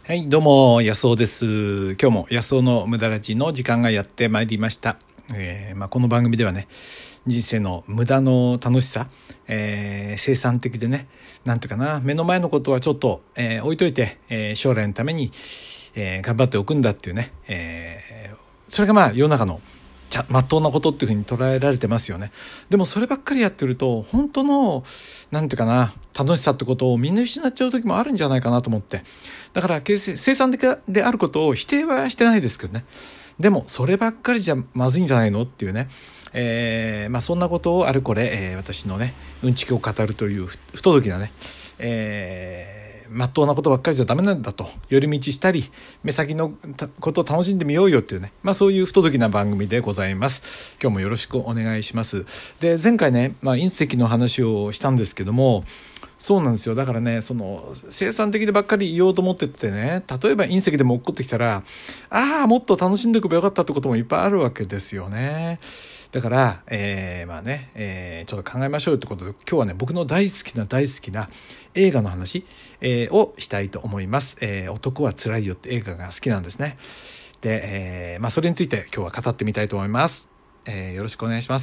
はい、どうも安尾です。今日も安尾の無駄ラジの時間がやってまいりました。この番組ではね、人生の無駄の楽しさ、生産的でね、なんていうかな、目の前のことはちょっと、置いといて、将来のために、頑張っておくんだっていうね、それが世の中のまっとうなことっていうふうに捉えられてますよね。でもそればっかりやってると本当のなんていうかな楽しさってことをみんな失っちゃう時もあるんじゃないかなと思って、だから生産的であることを否定はしてないですけどね、でもそればっかりじゃまずいんじゃないのっていうね、そんなことをあれこれ、私のねうんちくを語るという不届きなね、まっとうなことばっかりじゃダメなんだと寄り道したり目先のことを楽しんでみようよっていうね、そういう不届きな番組でございます。今日もよろしくお願いします。で、前回ね、隕石の話をしたんですけども、そうなんですよ。だからね、その生産的でばっかり言おうと思っててね、例えば隕石でも落っこってきたら、もっと楽しんでおけばよかったってこともいっぱいあるわけですよね。だから、ちょっと考えましょうということで、今日はね、僕の大好きな映画の話、をしたいと思います。男はつらいよって映画が好きなんですね。で、それについて今日は語ってみたいと思います。よろしくお願いします。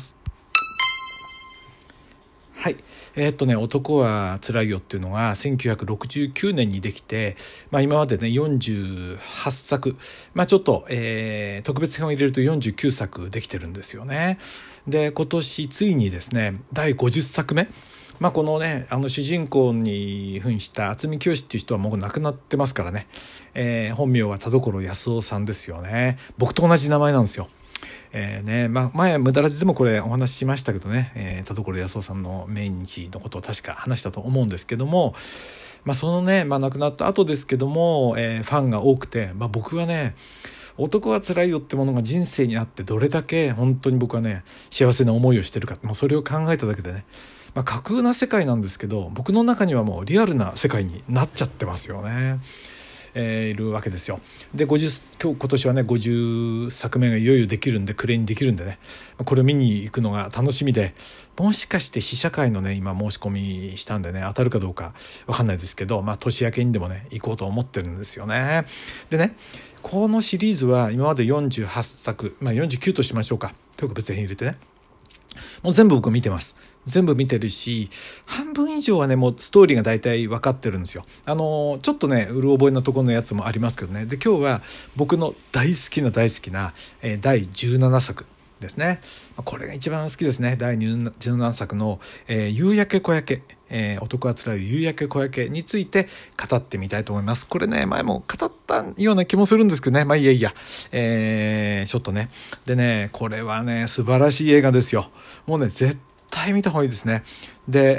はい。男はつらいよっていうのが1969年にできて、今までね、48作、ちょっと、特別編を入れると49作できてるんですよね。で、今年ついにですね、第50作目。このね、主人公に扮した渥美清っていう人はもう亡くなってますからね。本名は田所康夫さんですよね。僕と同じ名前なんですよ。前無駄ラジでもこれお話ししましたけどね、田所康夫さんの命日のことを確か話したと思うんですけども、そのね、亡くなった後ですけども、ファンが多くて、僕はね、男はつらいよってものが人生にあってどれだけ本当に僕はね幸せな思いをしてるか、もうそれを考えただけでね、架空な世界なんですけど、僕の中にはもうリアルな世界になっちゃってますよね。いるわけですよ。で今年はね50作目がいよいよできるんで、暮れにできるんでね、これを見に行くのが楽しみで、もしかして試写会のね今申し込みしたんでね、当たるかどうか分かんないですけど、年明けにでもね行こうと思ってるんですよね。でね、このシリーズは今まで48作、49としましょうか、特別編入れてね、もう全部僕見てます。全部見てるし、半分以上はねもうストーリーが大体分かってるんですよ。ちょっとねうる覚えなところのやつもありますけどね。で今日は僕の大好きな、第17作ですね。これが一番好きですね。第17作の、夕焼け小焼け、男はつらい夕焼け小焼けについて語ってみたいと思います。これね前も語ったような気もするんですけどね、いいや、ちょっとね、でねこれはね素晴らしい映画ですよ。もうね絶対見た方がいいですね。で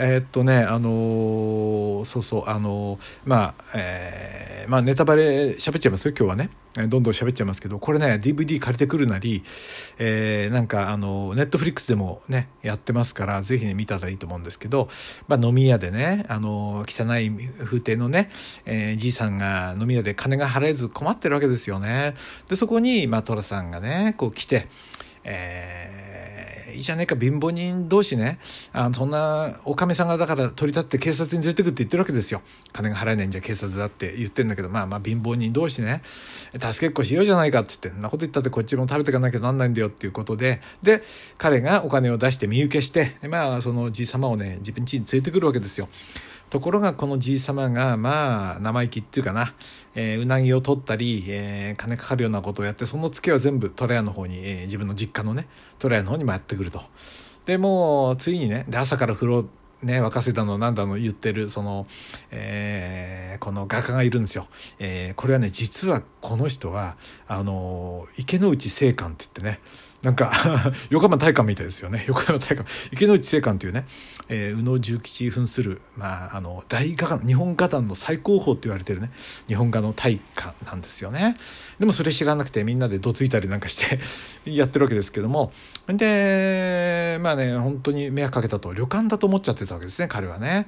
ネタバレ喋っちゃいますよ今日はね。どんどん喋っちゃいますけど、これね DVD 借りてくるなり、ネットフリックスでもねやってますから、ぜひね見たらいいと思うんですけど、飲み屋でね汚い風景のね、じいさんが飲み屋で金が払えず困ってるわけですよね。でそこに寅さんがねこう来て、いいじゃねえか貧乏人同士ね、そんなおかみさんがだから取り立って警察に連れてくって言ってるわけですよ。金が払えないんじゃ警察だって言ってるんだけど、貧乏人同士ね助けっこしようじゃないかって言って、んなこと言ったってこっちも食べていかなきゃなんないんだよっていうことで、彼がお金を出して身請けして、そのじいさまをね自分家に連れてくるわけですよ。ところがこのじいさまが生意気っていうかな、うなぎを取ったり、金かかるようなことをやって、そのツケは全部虎屋の方に、自分の実家のね虎屋の方に回ってくると。でもうついにね、朝から風呂ね沸かせたのなんだの言ってるこの画家がいるんですよ。これはね実はこの人は池之内正観って言ってね、なんか横山大観みたいですよね。横山大観、池之内正観というね、宇野重吉扮する、大画家、日本画壇の最高峰と言われてるね日本画の大家なんですよね。でもそれ知らなくてみんなでどついたりなんかしてやってるわけですけども、で本当に迷惑かけたと、旅館だと思っちゃってたわけですね彼はね。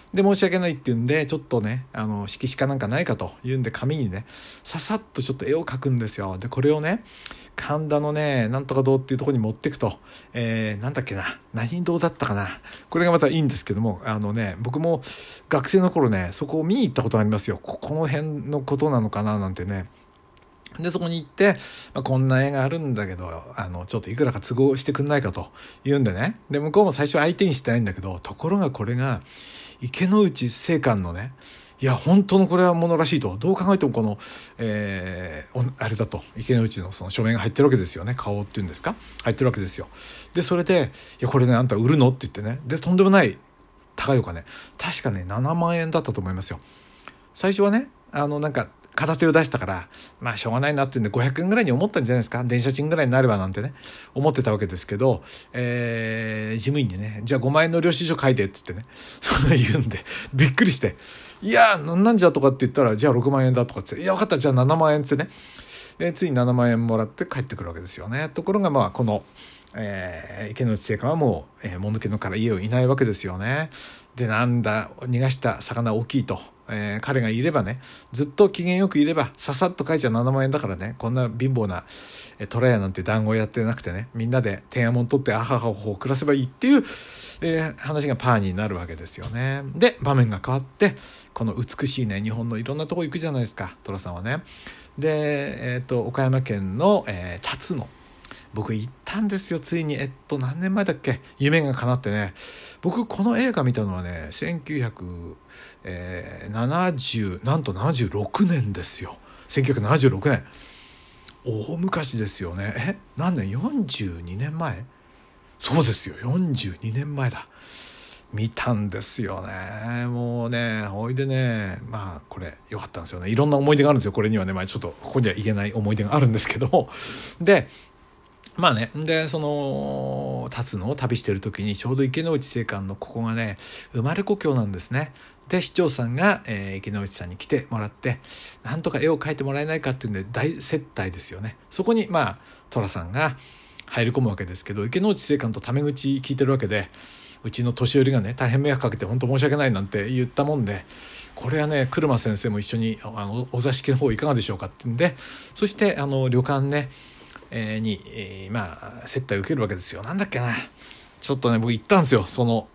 で、申し訳ないっていうんで、ちょっとね、色紙かなんかないかというんで、紙にね、ささっとちょっと絵を描くんですよ。で、これをね、神田のね、なんとか堂っていうところに持っていくと、なんだっけな、何堂だったかな。これがまたいいんですけども、僕も学生の頃ね、そこを見に行ったことありますよ。この辺のことなのかななんてね。で、そこに行って、こんな絵があるんだけど、ちょっといくらか都合してくんないかと言うんでね。で、向こうも最初は相手にしてないんだけど、ところがこれが、池之内正観のね、いや、本当のこれはものらしいと。どう考えてもこの、あれだと。池之内のその書面が入ってるわけですよね。顔っていうんですか？入ってるわけですよ。で、それで、いや、これね、あんた売るのって言ってね。で、とんでもない高いお金。確かね、7万円だったと思いますよ。最初はね、なんか、片手を出したから、まあしょうがないなっていうんで500円ぐらいに思ったんじゃないですか。電車賃ぐらいになればなんてね、思ってたわけですけど、事務員にね、じゃあ5万円の領収書書いてって言ってね、言うんで、びっくりして、いや、なんじゃとかって言ったら、じゃあ6万円だとかって、いや、分かった、じゃあ7万円ってね、ついに7万円もらって帰ってくるわけですよね。ところがまあ、この、池之内正観はもう、もぬけのから家をいないわけですよね。で、なんだ、逃がした魚大きいと。彼がいればね、ずっと機嫌よくいれば、ささっと書いちゃ7万円だからね、こんな貧乏な虎屋なんて団子やってなくてね、みんなで天安門取ってあははほ暮らせばいいっていう、話がパーになるわけですよね。で、場面が変わって、この美しいね、日本のいろんなとこ行くじゃないですか、寅さんはね。で、岡山県の、辰野。僕行ったんですよ、ついに。何年前だっけ、夢が叶ってね。僕この映画見たのはね、1970、なんと76年ですよ。1976年。大昔ですよね。何年？ 42 年前？そうですよ、42年前だ。見たんですよね。もうね、おいでね、まあこれ良かったんですよね。いろんな思い出があるんですよ、これにはね。まあちょっとここには言えない思い出があるんですけども。で、まあね、で、その、辰野を旅してる時に、ちょうど池之内正観のここがね、生まれ故郷なんですね。で、市長さんが、池之内さんに来てもらって、なんとか絵を描いてもらえないかっていうんで、大接待ですよね。そこに、まあ、寅さんが入り込むわけですけど、池之内正観とタメ口聞いてるわけで、うちの年寄りがね、大変迷惑かけて本当申し訳ないなんて言ったもんで、これはね、車先生も一緒にお座敷の方いかがでしょうかって言うんで、そして旅館ね、まあ接待を受けるわけですよ。なんだっけな、ちょっとね僕行ったんですよ。その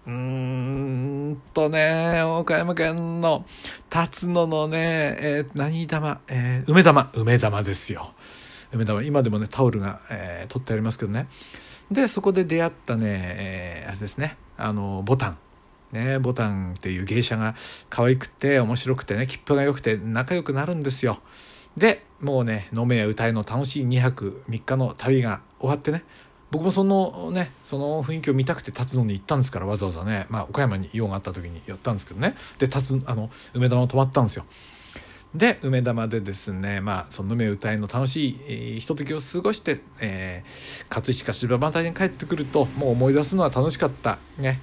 岡山県の辰野のね、何玉、梅玉ですよ。梅玉、今でもねタオルが、取ってありますけどね。でそこで出会ったね、あれですね、ボタンね、ボタンっていう芸者が可愛くて面白くてね、切符が良くて仲良くなるんですよ。でもうね、飲めや歌えの楽しい2泊3日の旅が終わってね、僕もその雰囲気を見たくて辰野に行ったんですから、わざわざね、まあ岡山に用があった時に寄ったんですけどね。で梅田も泊まったんですよ。で梅田までですね、まあその飲め歌えの楽しい、ひとときを過ごして、葛飾柴又に帰ってくると、もう思い出すのは楽しかったね、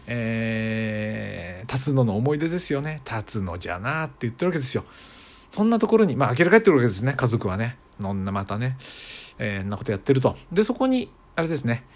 辰野の思い出ですよね。辰野じゃなって言ってるわけですよ。そんなところに、まあ、呆れ返ってるわけですね、家族はね。またね、んなことやってると。で、そこに、あれですね、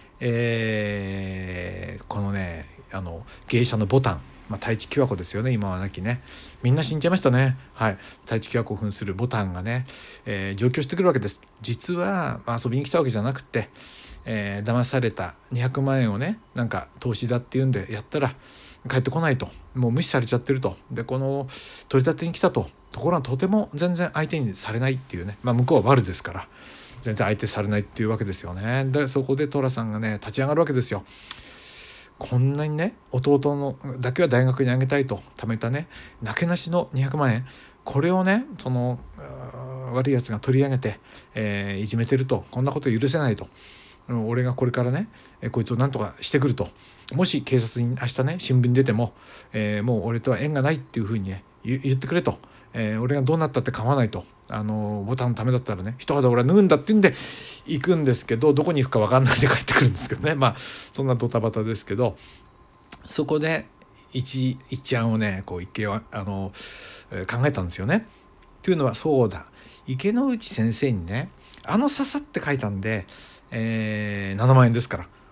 このね、芸者のボタン、まあ、太一喜和子ですよね、今は亡きね。みんな死んじゃいましたね。はい。太一喜和子を扮するボタンがね、上京してくるわけです。実は、まあ、遊びに来たわけじゃなくて、騙された200万円をね、なんか投資だっていうんでやったら、帰ってこないと、もう無視されちゃってると。でこの取り立てに来たところはとても全然相手にされないっていうね、まあ向こうは悪ですから全然相手されないっていうわけですよね。でそこで寅さんがね立ち上がるわけですよ。こんなにね弟のだけは大学にあげたいと貯めたねなけなしの200万円、これをねその悪いやつが取り上げて、いじめてると、こんなこと許せないと。俺がこれからねこいつを何とかしてくると、もし警察に明日ね新聞に出ても、もう俺とは縁がないっていうふうにね言ってくれと、俺がどうなったって構わないと、ボタンのためだったらね一肌俺は脱ぐんだって言うんで行くんですけど、どこに行くか分かんないで帰ってくるんですけどね。まあそんなドタバタですけど、そこで一案をねこう一見は考えたんですよね。っていうのは、そうだ、池之内先生にねささって書いたんで、7万円ですから、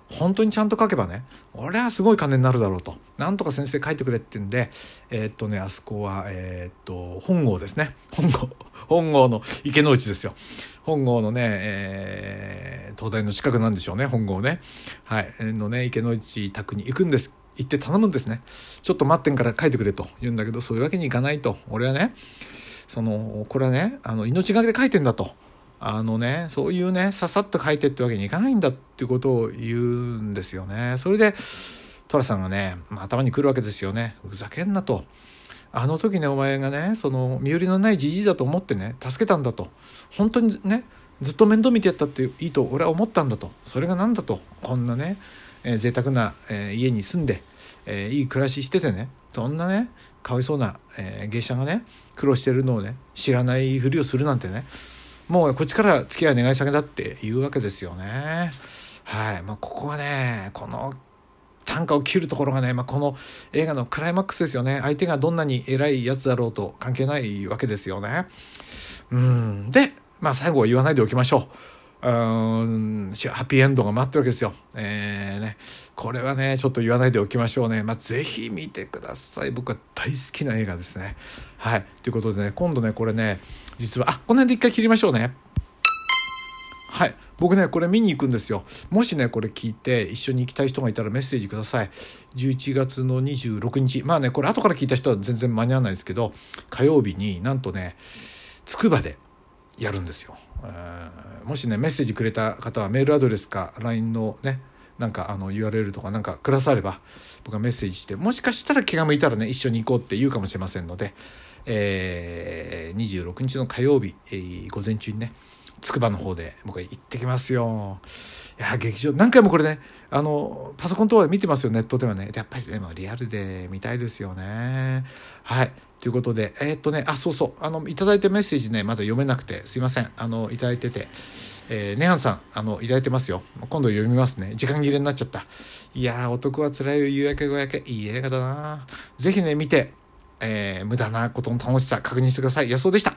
本当にちゃんと書けばね、俺はすごい金になるだろうと。なんとか先生書いてくれってんで、あそこは、本郷ですね。本郷の池之内ですよ。本郷のね、東大の近くなんでしょうね、本郷ね。はい。のね、池之内宅に行くんです。行って頼むんですね。ちょっと待ってんから書いてくれと言うんだけど、そういうわけにいかないと。俺はね、これはね、命がけで書いてんだと。そういうね、ささっと書いてってわけにいかないんだっていうことを言うんですよね。それで、寅さんがね、頭に来るわけですよね。ふざけんなと。あの時ね、お前がね、身寄りのないじじいだと思ってね、助けたんだと。本当にね、ずっと面倒見てやったっていいと俺は思ったんだと。それがなんだと。こんなね、贅沢な、家に住んで、いい暮らししててね、そんなね、かわいそうな、芸者がね、苦労してるのをね、知らないふりをするなんてね、もうこっちから付き合い願い下げだっていうわけですよね。はい。ここがね、この短歌を切るところがね、この映画のクライマックスですよね。相手がどんなに偉いやつだろうと関係ないわけですよね。で、最後は言わないでおきましょう。ハッピーエンドが待ってるわけですよ。これはね、ちょっと言わないでおきましょうね。ぜひ見てください。僕は大好きな映画ですね。はい。ということでね、今度ね、これね、実は、この辺で一回切りましょうね。はい。僕ね、これ見に行くんですよ。もしね、これ聞いて一緒に行きたい人がいたらメッセージください。11月の26日。これ後から聞いた人は全然間に合わないですけど、火曜日になんとね、つくばでやるんですよ。もしね、メッセージくれた方はメールアドレスか LINE のね、URL とかくだされば僕がメッセージして、もしかしたら気が向いたらね、一緒に行こうって言うかもしれませんので、26日の火曜日、午前中にね、つくばの方で僕は行ってきますよ。いや、劇場何回もこれね、パソコン等で見てますよ、ネットではね。やっぱりでもリアルで見たいですよね。はい。ということで、そうそう、いただいたメッセージね、まだ読めなくてすいません。いただいてて、ネハンさん、いただいてますよ。今度読みますね。時間切れになっちゃった。いやー、男はつらいよ、夕焼け小焼け。いい映画だな。ぜひね、見て、無駄なことの楽しさ確認してください。安尾でした。